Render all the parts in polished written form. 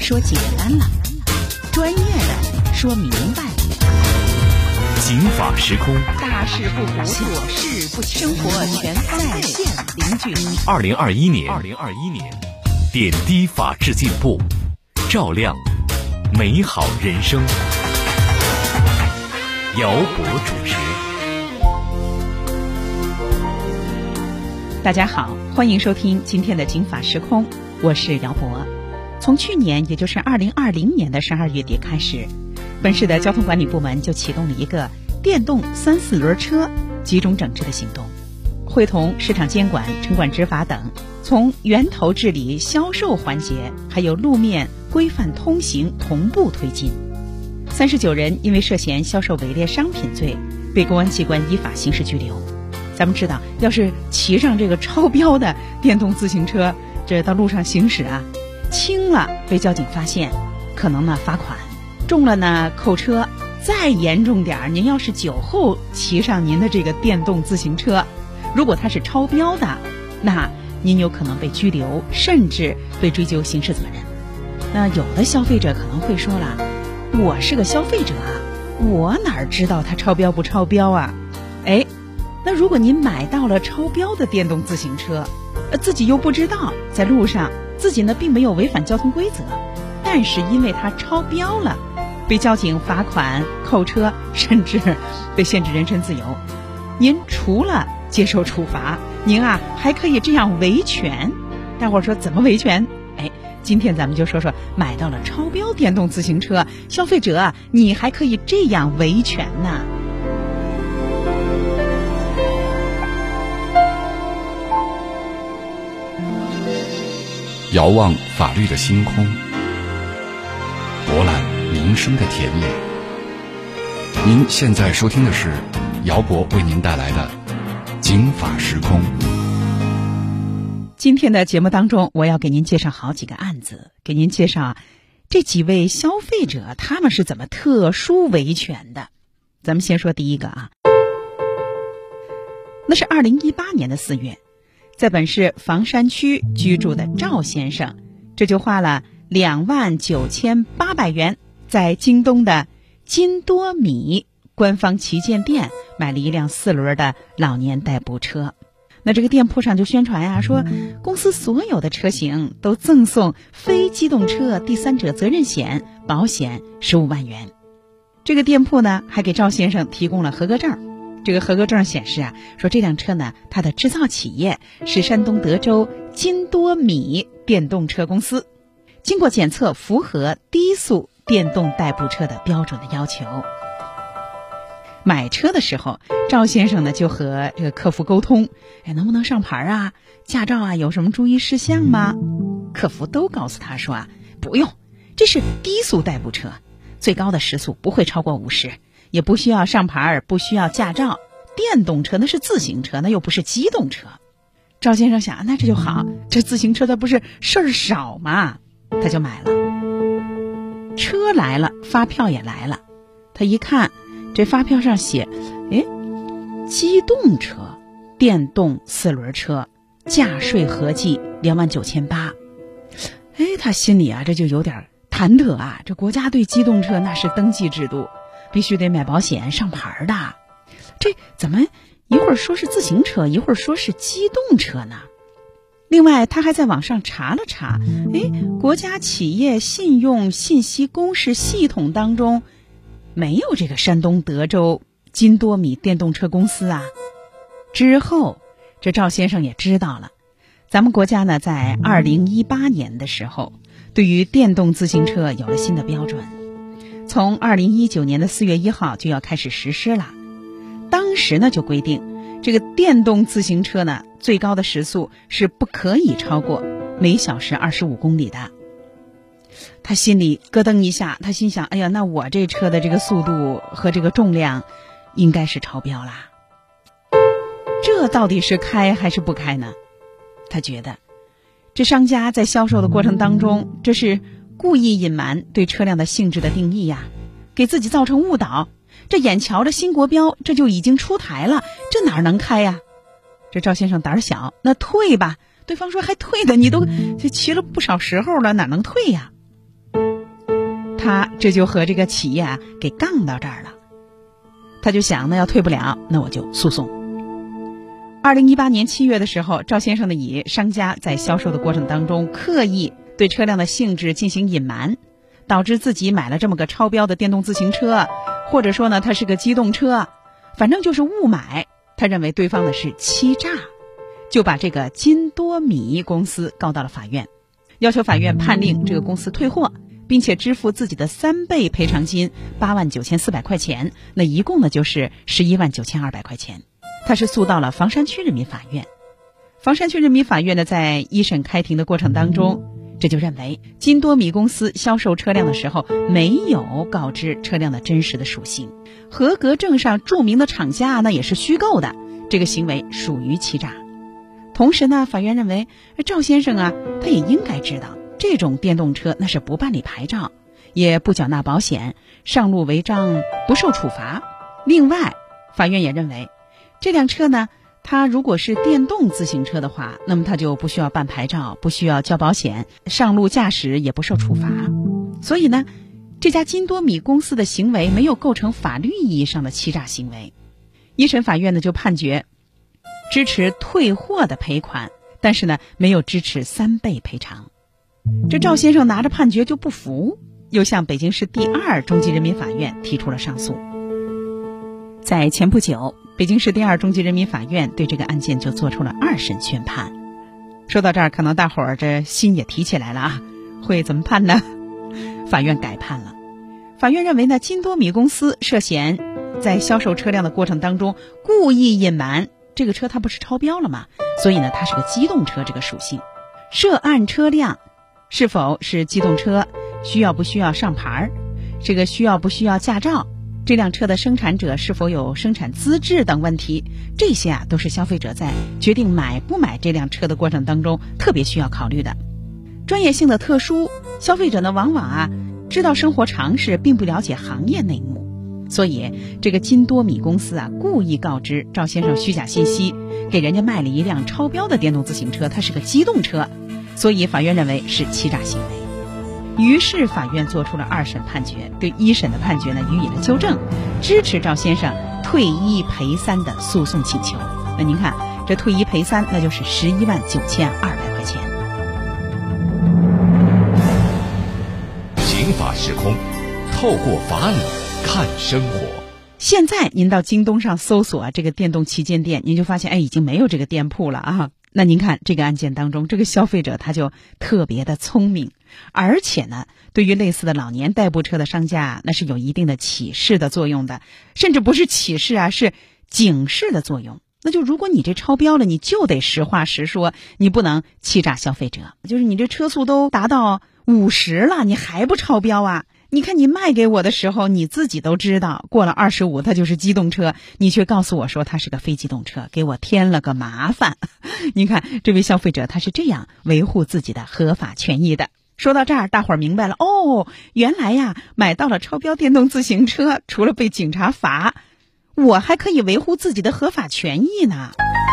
说简单了，专业的说明白了。 刑法时空， 大事不糊涂，小事不生活全在线零距离。 2021年，点滴法治进步，照亮美好人生。姚博主持。 大家好，欢迎收听今天的警法时空，我是姚博。从去年，也就是2020年的12月底开始，本市的交通管理部门就启动了一个电动3、4轮车集中整治的行动，会同市场监管、城管执法等，从源头治理、销售环节，还有路面规范通行同步推进。39人因为涉嫌销售伪劣商品罪，被公安机关依法刑事拘留。咱们知道，要是骑上这个超标的电动自行车，这到路上行驶啊，轻了被交警发现，可能呢罚款，重了呢扣车，再严重点，您要是酒后骑上您的这个电动自行车，如果它是超标的，那您有可能被拘留，甚至被追究刑事责任。那有的消费者可能会说了，我是个消费者啊，我哪知道它超标不超标啊？那如果您买到了超标的电动自行车，自己又不知道，在路上自己呢并没有违反交通规则，但是因为它超标了，被交警罚款、扣车，甚至被限制人身自由。您除了接受处罚，您还可以这样维权。大伙儿说怎么维权？今天咱们就说说买到了超标电动自行车，消费者你还可以这样维权呢。 遥望法律的星空，博览民生的田野。您现在收听的是姚博为您带来的警法时空。 今天的节目当中，我要给您介绍好几个案子，给您介绍这几位消费者他们是怎么特殊维权的。咱们先说第一个啊，那是2018年的4月，在本市房山区居住的赵先生，这就花了29800元，在京东的金多米官方旗舰店买了一辆4轮的老年代步车。那这个店铺上就宣传说公司所有的车型都赠送非机动车第三者责任险保险15万元。这个店铺呢还给赵先生提供了合格证。这个合格证显示说这辆车呢，它的制造企业是山东德州金多米电动车公司，经过检测符合低速电动代步车的标准的要求。买车的时候，赵先生呢就和这个客服沟通，能不能上牌啊？驾照有什么注意事项吗？客服都告诉他说不用，这是低速代步车，最高的时速不会超过50，也不需要上牌，不需要驾照。电动车那是自行车，那又不是机动车。赵先生想，那这就好，这自行车它不是事儿少吗？他就买了。车来了，发票也来了。他一看，这发票上写，机动车，电动4轮车，价税合计29800。他心里这就有点忐忑这国家对机动车那是登记制度，必须得买保险上牌的，这怎么一会儿说是自行车，一会儿说是机动车呢？另外他还在网上查了查，国家企业信用信息公示系统当中没有这个山东德州金多米电动车公司之后这赵先生也知道了，咱们国家呢在2018年的时候对于电动自行车有了新的标准，从2019年的4月1号就要开始实施了。当时呢就规定，这个电动自行车呢最高的时速是不可以超过每小时25公里的。他心里咯噔一下，他心想，那我这车的这个速度和这个重量应该是超标啦。这到底是开还是不开呢？他觉得这商家在销售的过程当中，这是故意隐瞒对车辆的性质的定义给自己造成误导。这眼瞧着新国标这就已经出台了，这哪能开这赵先生胆小，那退吧。对方说还退的，你都骑了不少时候了，哪能退他这就和这个企业给杠到这儿了。他就想，那要退不了，那我就诉讼。2018年7月的时候，赵先生呢以商家在销售的过程当中刻意对车辆的性质进行隐瞒，导致自己买了这么个超标的电动自行车，或者说呢它是个机动车，反正就是误买。他认为对方呢是欺诈，就把这个金多米公司告到了法院，要求法院判令这个公司退货，并且支付自己的3倍赔偿金89400块钱，那一共呢就是119200块钱。他是诉到了房山区人民法院。房山区人民法院呢在一审开庭的过程当中，这就认为金多米公司销售车辆的时候没有告知车辆的真实的属性，合格证上注明的厂家那也是虚构的，这个行为属于欺诈。同时呢，法院认为赵先生他也应该知道这种电动车那是不办理牌照，也不缴纳保险，上路违章不受处罚。另外，法院也认为这辆车呢，它如果是电动自行车的话，那么它就不需要办牌照，不需要交保险，上路驾驶也不受处罚。所以呢，这家金多米公司的行为没有构成法律意义上的欺诈行为。一审法院呢就判决支持退货的赔款，但是呢没有支持3倍赔偿。这赵先生拿着判决就不服，又向北京市第2中级人民法院提出了上诉。在前不久，北京市第2中级人民法院对这个案件就做出了2审宣判。说到这儿，可能大伙儿这心也提起来了会怎么判呢？法院改判了。法院认为呢，金多米公司涉嫌在销售车辆的过程当中故意隐瞒这个车它不是超标了吗？所以呢，它是个机动车这个属性。涉案车辆是否是机动车，需要不需要上牌，这个需要不需要驾照，这辆车的生产者是否有生产资质等问题，这些都是消费者在决定买不买这辆车的过程当中特别需要考虑的。专业性的特殊，消费者呢往往知道生活常识，并不了解行业内幕。所以这个金多米公司故意告知赵先生虚假信息，给人家卖了一辆超标的电动自行车，它是个机动车，所以法院认为是欺诈行为。于是法院做出了2审判决，对1审的判决呢予以了纠正，支持赵先生退1赔3的诉讼请求。那您看，这退1赔3，那就是119200块钱。 刑法时空，透过法理看生活。 现在您到京东上搜索这个电动旗舰店，您就发现已经没有这个店铺了那您看这个案件当中，这个消费者他就特别的聪明，而且呢，对于类似的老年代步车的商家那是有一定的启示的作用的，甚至不是启示是警示的作用。那就如果你这超标了，你就得实话实说，你不能欺诈消费者。就是你这车速都达到50了，你还不超标你看你卖给我的时候，你自己都知道过了25它就是机动车，你却告诉我说它是个非机动车，给我添了个麻烦。你看这位消费者他是这样维护自己的合法权益的。说到这儿，大伙儿明白了原来买到了超标电动自行车，除了被警察罚，我还可以维护自己的合法权益呢。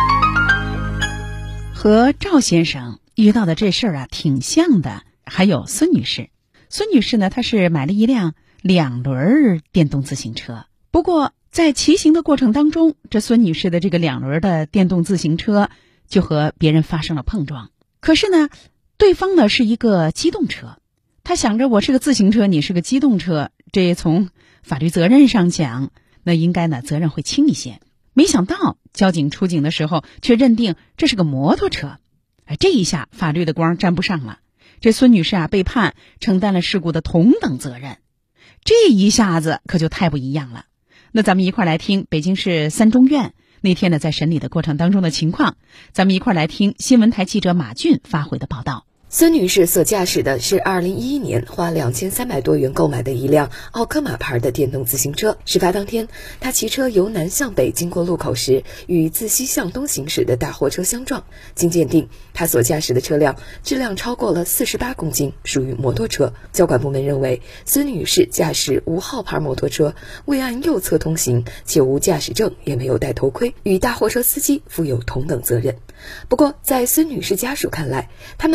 和赵先生遇到的这事儿挺像的，还有孙女士。孙女士呢，她是买了一辆2轮电动自行车。不过在骑行的过程当中，这孙女士的这个2轮的电动自行车就和别人发生了碰撞。可是呢，对方呢是一个机动车，她想着我是个自行车，你是个机动车，这从法律责任上讲，那应该呢责任会轻一些。没想到交警出警的时候却认定这是个摩托车，这一下法律的光沾不上了。这孙女士被判承担了事故的同等责任，这一下子可就太不一样了。那咱们一块来听北京市3中院那天呢在审理的过程当中的情况，咱们一块来听新闻台记者马俊发回的报道。 孙女士所驾驶的是2011年花2300多元购买的一辆奥科玛牌的电动自行车。事发当天，她骑车由南向北经过路口时，与自西向东行驶的大货车相撞。经鉴定，她所驾驶的车辆质量超过了48公斤，属于摩托车。交管部门认为，孙女士驾驶无号牌摩托车，未按右侧通行，且无驾驶证，也没有戴头盔，与大货车司机负有同等责任。不过，在孙女士家属看来，他们明明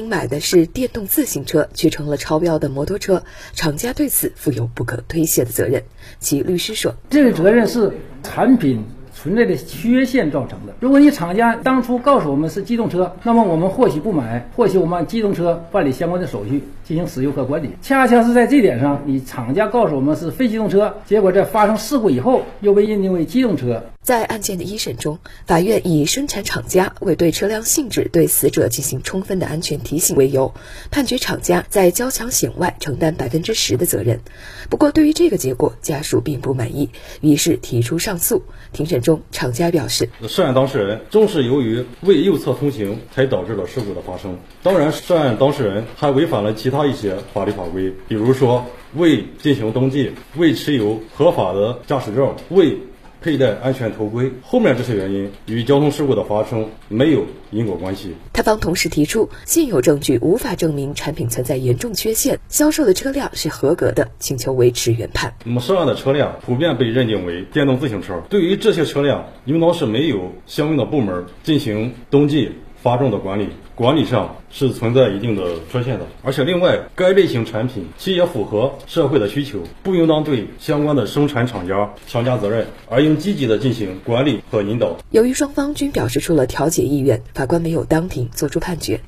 买的是电动自行车，却成了超标的摩托车，厂家对此负有不可推卸的责任。其律师说， 这个责任是产品存在的缺陷造成的。如果你厂家当初告诉我们是机动车，那么我们或许不买，或许我们按机动车办理相关的手续进行使用和管理。恰恰是在这点上，你厂家告诉我们是非机动车，结果在发生事故以后又被认定为机动车。 在案件的一审中，法院以生产厂家未对车辆性质对死者进行充分的安全提醒为由，判决厂家在交强险外承担10%的责任。不过，对于这个结果，家属并不满意，于是提出上诉。庭审中，厂家表示， 涉案当事人正是由于未右侧通行，才导致了事故的发生。当然，涉案当事人还违反了其他一些法律法规，比如说未进行登记、未持有合法的驾驶证、未佩戴安全头盔，后面这些原因与交通事故的发生没有因果关系。 他方同时提出，现有证据无法证明产品存在严重缺陷，销售的车辆是合格的，请求维持原判。 那么涉案的车辆普遍被认定为电动自行车，对于这些车辆，应当是没有相应的部门进行登记、发证的管理上是存在一定的缺陷的。而且另外，该类型产品其也符合社会的需求，不应当对相关的生产厂家强加责任，而应积极的进行管理和引导。 由于双方均表示出了调解意愿，法官没有当庭作出判决。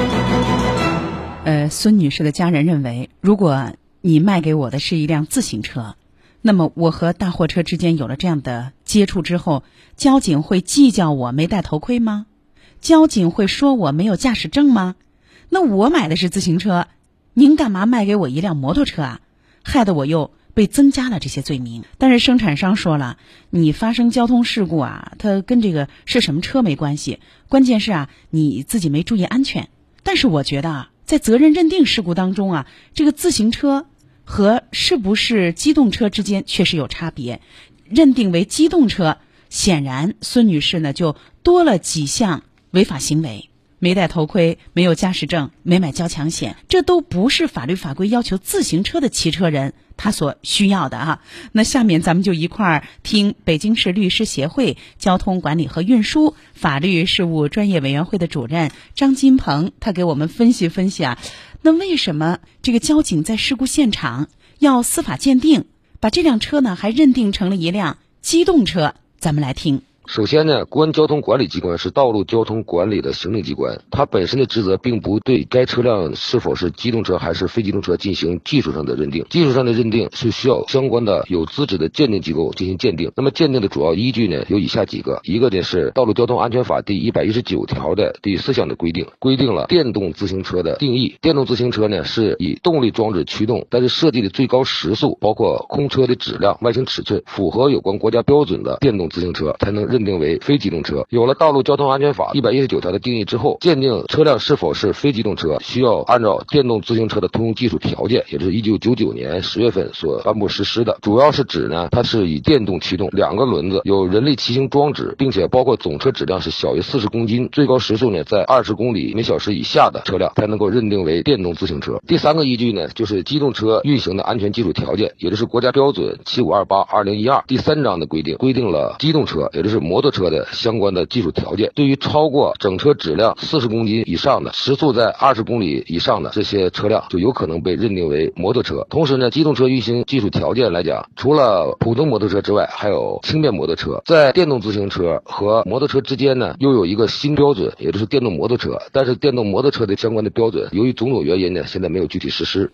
孙女士的家人认为，如果你卖给我的是一辆自行车，那么我和大货车之间有了这样的接触之后，交警会计较我没戴头盔吗？交警会说我没有驾驶证吗？那我买的是自行车，您干嘛卖给我一辆摩托车啊？害得我又被增加了这些罪名。但是生产商说了，你发生交通事故啊，它跟这个是什么车没关系，关键是啊，你自己没注意安全。但是我觉得啊，在责任认定事故当中啊，这个自行车和是不是机动车之间确实有差别。认定为机动车，显然孙女士呢就多了几项违法行为，没戴头盔，没有驾驶证，没买交强险，这都不是法律法规要求自行车的骑车人他所需要的啊。那下面咱们就一块儿听北京市律师协会交通管理和运输法律事务专业委员会的主任张金鹏，他给我们分析分析啊，那为什么这个交警在事故现场要司法鉴定，把这辆车呢还认定成了一辆机动车？咱们来听。 首先呢，公安交通管理机关是道路交通管理的行政机关，它本身的职责并不对该车辆是否是机动车还是非机动车进行技术上的认定，技术上的认定是需要相关的有资质的鉴定机构进行鉴定。那么鉴定的主要依据呢有以下几个，一个呢是《道路交通安全法》第119条的第4项的规定，规定了电动自行车的定义。电动自行车呢是以动力装置驱动，但是设计的最高时速包括空车的质量、外形尺寸符合有关国家标准的电动自行车才能认定为非机动车。有了《道路交通安全法》119条的定义之后，鉴定车辆是否是非机动车，需要按照电动自行车的通用技术条件，也就是1999年10月份所颁布实施的。主要是指呢，它是以电动驱动，2个轮子，有人力骑行装置，并且包括总车质量是小于40公斤，最高时速呢在20公里每小时以下的车辆才能够认定为电动自行车。第3个依据呢，就是机动车运行的安全技术条件，也就是国家标准7528/2012第3章的规定，规定了机动车，也就是摩托车的相关的技术条件。对于超过整车质量40公斤以上的，时速在20公里以上的这些车辆，就有可能被认定为摩托车。同时呢，机动车运行技术条件来讲，除了普通摩托车之外，还有轻便摩托车。在电动自行车和摩托车之间呢，又有一个新标准，也就是电动摩托车。但是电动摩托车的相关的标准，由于种种原因呢，现在没有具体实施。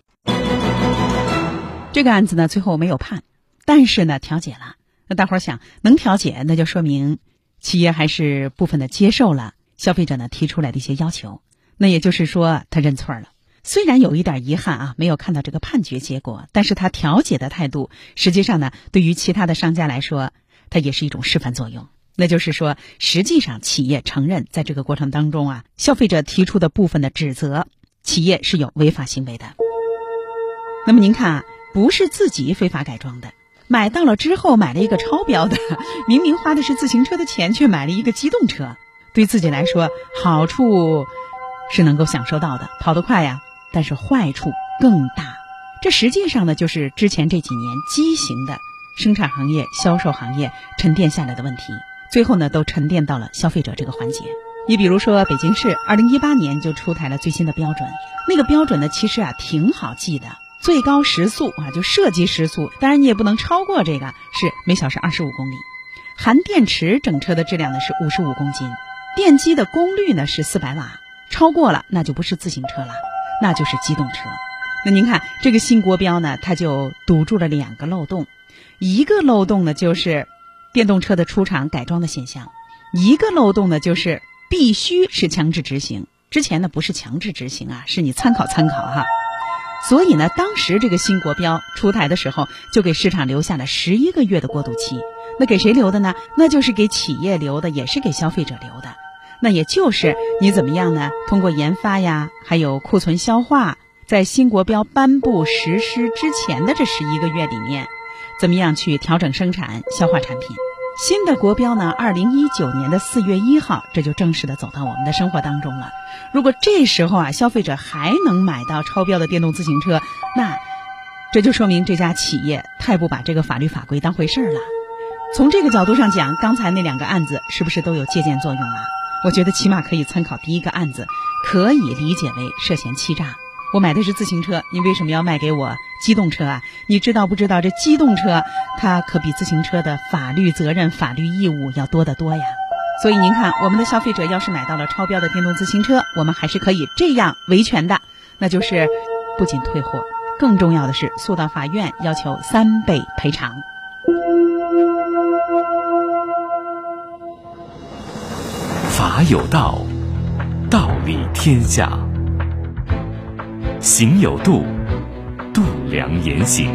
这个案子呢，最后没有判，但是呢，调解了。那大伙儿想，能调解，那就说明企业还是部分的接受了消费者呢提出来的一些要求。那也就是说，他认错了。虽然有一点遗憾啊，没有看到这个判决结果，但是他调解的态度，实际上呢，对于其他的商家来说，它也是一种示范作用。那就是说，实际上企业承认在这个过程当中啊，消费者提出的部分的指责，企业是有违法行为的。那么您看啊，不是自己非法改装的，买到了之后买了一个超标的，明明花的是自行车的钱，却买了一个机动车，对自己来说好处是能够享受到的，跑得快呀，但是坏处更大。这实际上呢，就是之前这几年畸形的生产行业、销售行业沉淀下来的问题，最后呢都沉淀到了消费者这个环节。 你比如说北京市2018年就出台了最新的标准，那个标准呢其实挺好记的，最高时速就设计时速，当然你也不能超过这个，是每小时25公里。含电池整车的质量呢是55公斤，电机的功率呢是400瓦，超过了那就不是自行车了，那就是机动车。那您看这个新国标呢，它就堵住了2个漏洞，一个漏洞呢就是电动车的出厂改装的现象，一个漏洞呢就是必须是强制执行，之前呢不是强制执行是你参考参考哈。所以呢当时这个新国标出台的时候，就给市场留下了11个月的过渡期。那给谁留的呢？那就是给企业留的，也是给消费者留的。那也就是你怎么样呢？通过研发呀，还有库存消化，在新国标颁布实施之前的这11个月里面，怎么样去调整生产消化产品。新的国标呢2019年的4月1号，这就正式的走到我们的生活当中了。如果这时候消费者还能买到超标的电动自行车，那这就说明这家企业太不把这个法律法规当回事了。从这个角度上讲，刚才那2个案子是不是都有借鉴作用啊？我觉得起码可以参考第一个案子，可以理解为涉嫌欺诈。我买的是自行车，你为什么要卖给我机动车啊？你知道不知道这机动车它可比自行车的法律责任、法律义务要多得多呀。所以您看，我们的消费者要是买到了超标的电动自行车，我们还是可以这样维权的，那就是不仅退货，更重要的是诉到法院要求3倍赔偿。 法有道，道理天下。行有度，度量言行。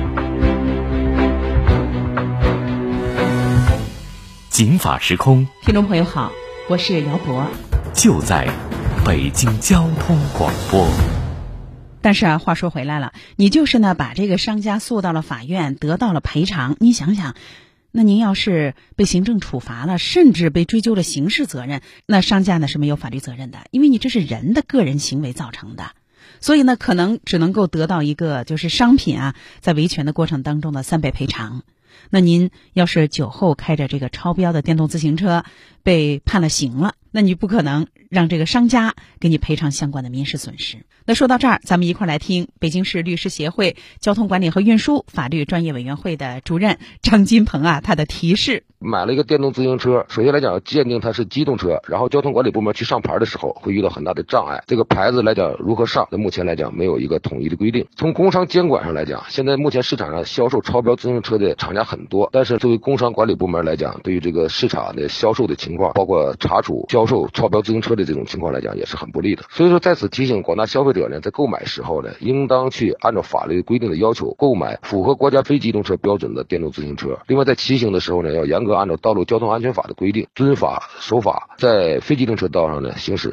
警法时空， 听众朋友好，我是姚博， 就在北京交通广播。 但是话说回来了，你就是呢把这个商家诉到了法院，得到了赔偿，你想想，那您要是被行政处罚了，甚至被追究了刑事责任，那商家呢是没有法律责任的，因为你这是人的个人行为造成的。所以呢可能只能够得到一个就是商品在维权的过程当中的3倍赔偿。那您要是酒后开着这个超标的电动自行车被判了刑了，那你不可能让这个商家给你赔偿相关的民事损失。那说到这儿，咱们一块来听北京市律师协会交通管理和运输法律专业委员会的主任张金鹏他的提示。 买了一个电动自行车，首先来讲鉴定它是机动车，然后交通管理部门去上牌的时候会遇到很大的障碍。这个牌子来讲如何上，目前来讲没有一个统一的规定。从工商监管上来讲，现在目前市场上销售超标自行车的厂家很多，但是作为工商管理部门来讲，对于这个市场的销售的情况，包括查处销售超标自行车的这种情况来讲也是很不利的。所以说在此提醒广大消费者呢，在购买时候呢，应当去按照法律规定的要求购买符合国家非机动车标准的电动自行车。另外在骑行的时候呢，要严格按照道路交通安全法的规定，遵法守法，在非机动车道上呢行驶。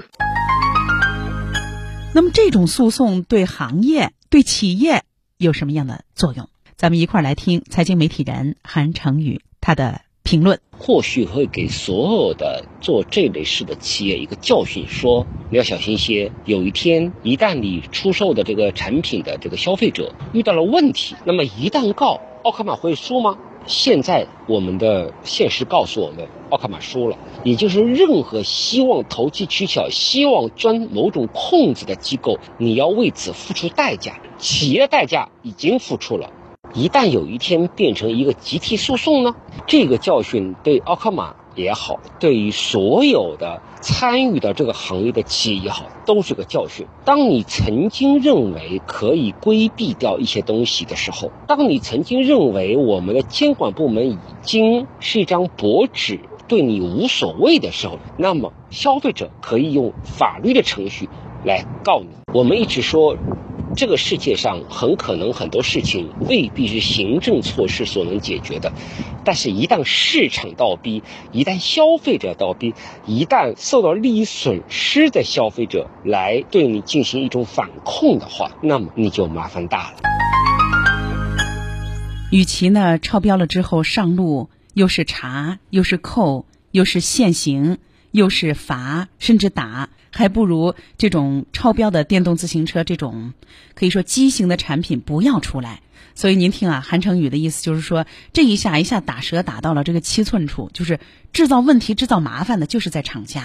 那么这种诉讼对行业对企业有什么样的作用？咱们一块来听财经媒体人韩成宇他的评论。 或许会给所有的做这类事的企业一个教训，说你要小心些，有一天一旦你出售的这个产品的这个消费者遇到了问题，那么一旦告，奥克玛会输吗？现在我们的现实告诉我们，奥克玛输了。也就是任何希望投机取巧、希望钻某种空子的机构，你要为此付出代价，企业代价已经付出了。一旦有一天变成一个集体诉讼呢，这个教训对奥克玛也好，对于所有的参与到这个行业的企业也好，都是个教训。当你曾经认为可以规避掉一些东西的时候，当你曾经认为我们的监管部门已经是一张薄纸，对你无所谓的时候，那么消费者可以用法律的程序来告你。我们一直说这个世界上很可能很多事情未必是行政措施所能解决的，但是一旦市场倒逼，一旦消费者倒逼，一旦受到利益损失的消费者来对你进行一种反控的话，那么你就麻烦大了。 与其呢超标了之后上路，又是查又是扣又是限行又是罚甚至打，还不如这种超标的电动自行车这种可以说畸形的产品不要出来。所以您听韩成宇的意思就是说，这一下打折打到了这个7寸处，就是制造问题制造麻烦的就是在厂家。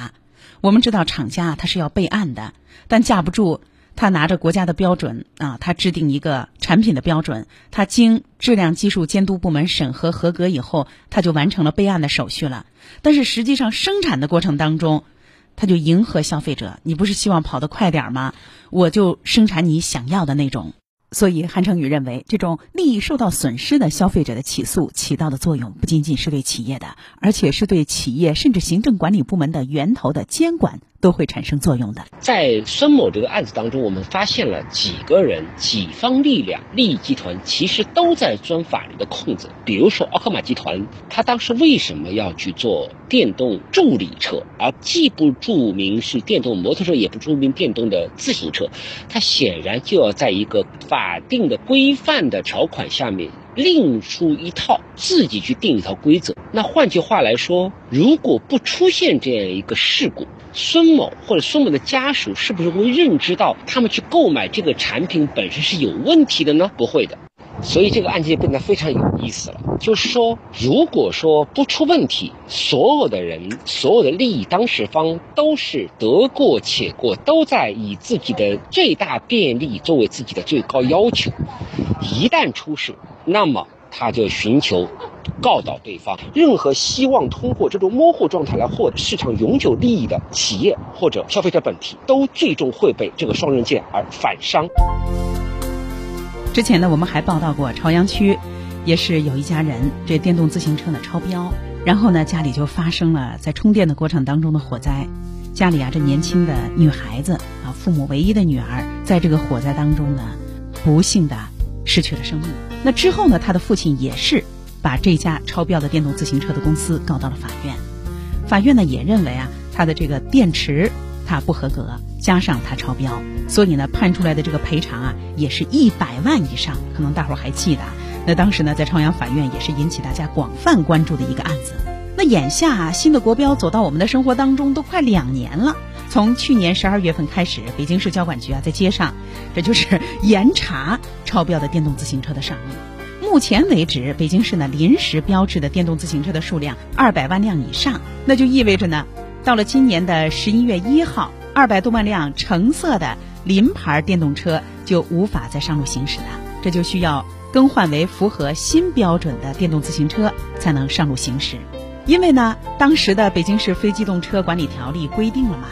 我们知道厂家它是要备案的，但架不住他拿着国家的标准啊，他制定一个产品的标准，他经质量技术监督部门审核合格以后，他就完成了备案的手续了。但是实际上生产的过程当中，他就迎合消费者，你不是希望跑得快点吗？我就生产你想要的那种。所以韩成宇认为，这种利益受到损失的消费者的起诉起到的作用不仅仅是对企业的，而且是对企业甚至行政管理部门的源头的监管都会产生作用的。 在孙某这个案子当中，我们发现了几个人、几方力量、利益集团其实都在钻法律的空子。比如说奥克玛集团，他当时为什么要去做电动助力车，而既不注明是电动摩托车，也不注明电动的自行车？他显然就要在一个法定的规范的条款下面另出一套，自己去定一套规则。那换句话来说，如果不出现这样一个事故，孙某或者孙某的家属是不是会认知到他们去购买这个产品本身是有问题的呢？不会的。所以这个案件变得非常有意思了，就是说，如果说不出问题，所有的人、所有的利益当事方都是得过且过，都在以自己的最大便利作为自己的最高要求。一旦出事，那么他就寻求告倒对方。任何希望通过这种模糊状态来获得市场永久利益的企业或者消费者本体，都最终会被这个双刃剑而反伤。 之前呢，我们还报道过朝阳区也是有一家人这电动自行车呢超标，然后呢家里就发生了在充电的过程当中的火灾。家里啊这年轻的女孩子啊，父母唯一的女儿，在这个火灾当中呢不幸的失去了生命。那之后呢，他的父亲也是把这家超标的电动自行车的公司告到了法院。法院呢也认为啊，他的这个电池它不合格，加上它超标，所以呢判出来的这个赔偿啊也是100万以上。可能大伙儿还记得，那当时呢在朝阳法院也是引起大家广泛关注的一个案子。那眼下啊，新的国标走到我们的生活当中都快2年了。从去年12月份开始，北京市交管局啊在街上这就是严查超标的电动自行车的上路。目前为止，北京市呢临时标志的电动自行车的数量200万辆以上，那就意味着呢，到了今年的11月1号，200多万辆橙色的临牌电动车就无法再上路行驶了，这就需要更换为符合新标准的电动自行车才能上路行驶。因为呢，当时的北京市非机动车管理条例规定了嘛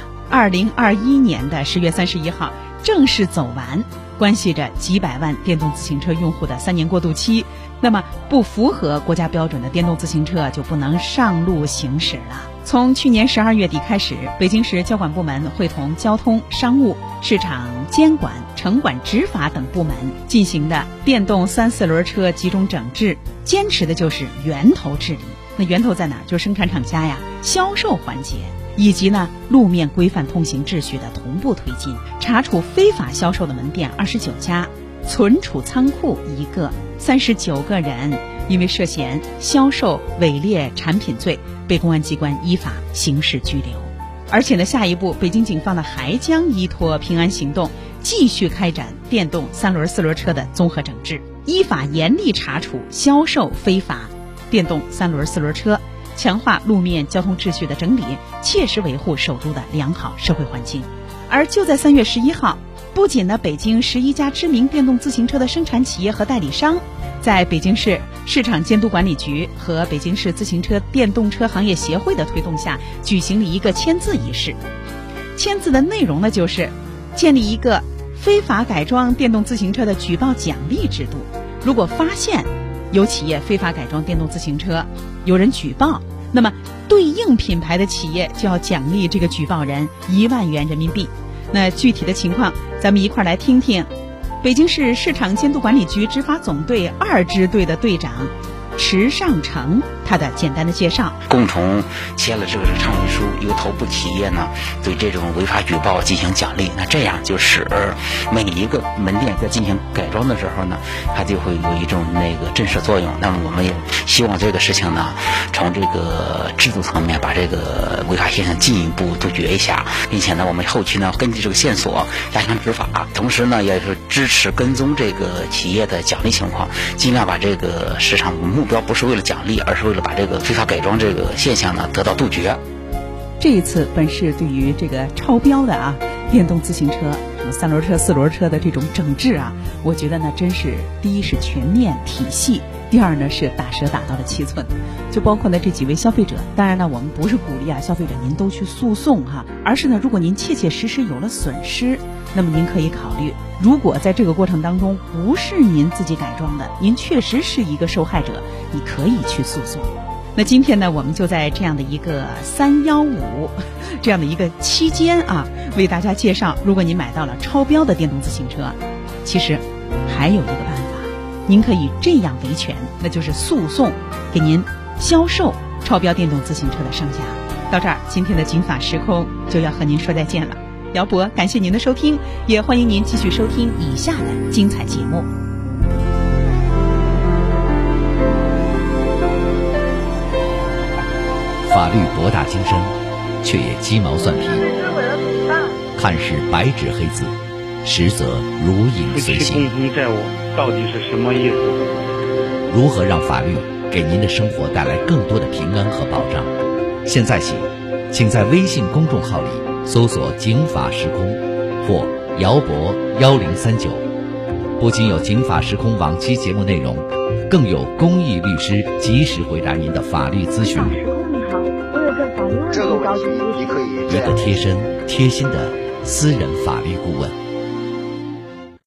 ，2021年的10月31号正式走完，关系着几百万电动自行车用户的3年过渡期。那么不符合国家标准的电动自行车就不能上路行驶了。从去年12月底开始，北京市交管部门会同交通、商务、市场监管、城管执法等部门进行的电动3、4轮车集中整治，坚持的就是源头治理。那源头在哪儿？就是生产厂家呀、销售环节，以及呢路面规范通行秩序的同步推进，查处非法销售的门店29家，存储仓库1个，39个人因为涉嫌销售伪劣产品罪被公安机关依法刑事拘留。而且呢，下一步北京警方呢还将依托平安行动，继续开展电动3轮、4轮车的综合整治，依法严厉查处销售非法电动3轮、4轮车，强化路面交通秩序的整理，切实维护首都的良好社会环境。而就在3月11号，不仅呢北京11家知名电动自行车的生产企业和代理商，在北京市市场监督管理局和北京市自行车电动车行业协会的推动下，举行了一个签字仪式。签字的内容呢，就是建立一个非法改装电动自行车的举报奖励制度。如果发现有企业非法改装电动自行车，有人举报，那么对应品牌的企业就要奖励这个举报人1万元人民币。那具体的情况，咱们一块儿来听听北京市市场监督管理局执法总队2支队的队长池上成他的简单的介绍。 共同签了这个倡议书，由头部企业呢对这种违法举报进行奖励，那这样就使每一个门店在进行改装的时候呢，它就会有一种震慑作用。那么我们也希望这个事情呢，从这个制度层面把这个违法现象进一步杜绝一下，并且呢，我们后期呢根据这个线索加强执法，同时呢也是支持跟踪这个企业的奖励情况，尽量把这个市场目标不是为了奖励，而是为了把这个非法改装这个现象呢得到杜绝。 这一次本市对于这个超标的电动自行车、什么3轮车、4轮车的这种整治我觉得呢，真是第一是全面体系，第二呢是打蛇打到了7寸。就包括呢这几位消费者，当然呢我们不是鼓励消费者您都去诉讼而是呢如果您切切实实有了损失，那么您可以考虑，如果在这个过程当中不是您自己改装的，您确实是一个受害者，你可以去诉讼。那今天呢，我们就在这样的一个315这样的一个期间为大家介绍，如果您买到了超标的电动自行车，其实还有一个办法，您可以这样维权，那就是诉讼给您销售超标电动自行车的商家。到这儿，今天的金法时空就要和您说再见了。姚博感谢您的收听，也欢迎您继续收听以下的精彩节目。 法律博大精深，却也鸡毛蒜皮，看似白纸黑字，实则如影随形。 共同债务到底是什么意思？ 如何让法律给您的生活带来更多的平安和保障？现在起，请在微信公众号里搜索“警法时空”或“姚博1039”，不仅有警法时空往期节目内容，更有公益律师及时回答您的法律咨询。 这个问题你可以一个贴身贴心的私人法律顾问。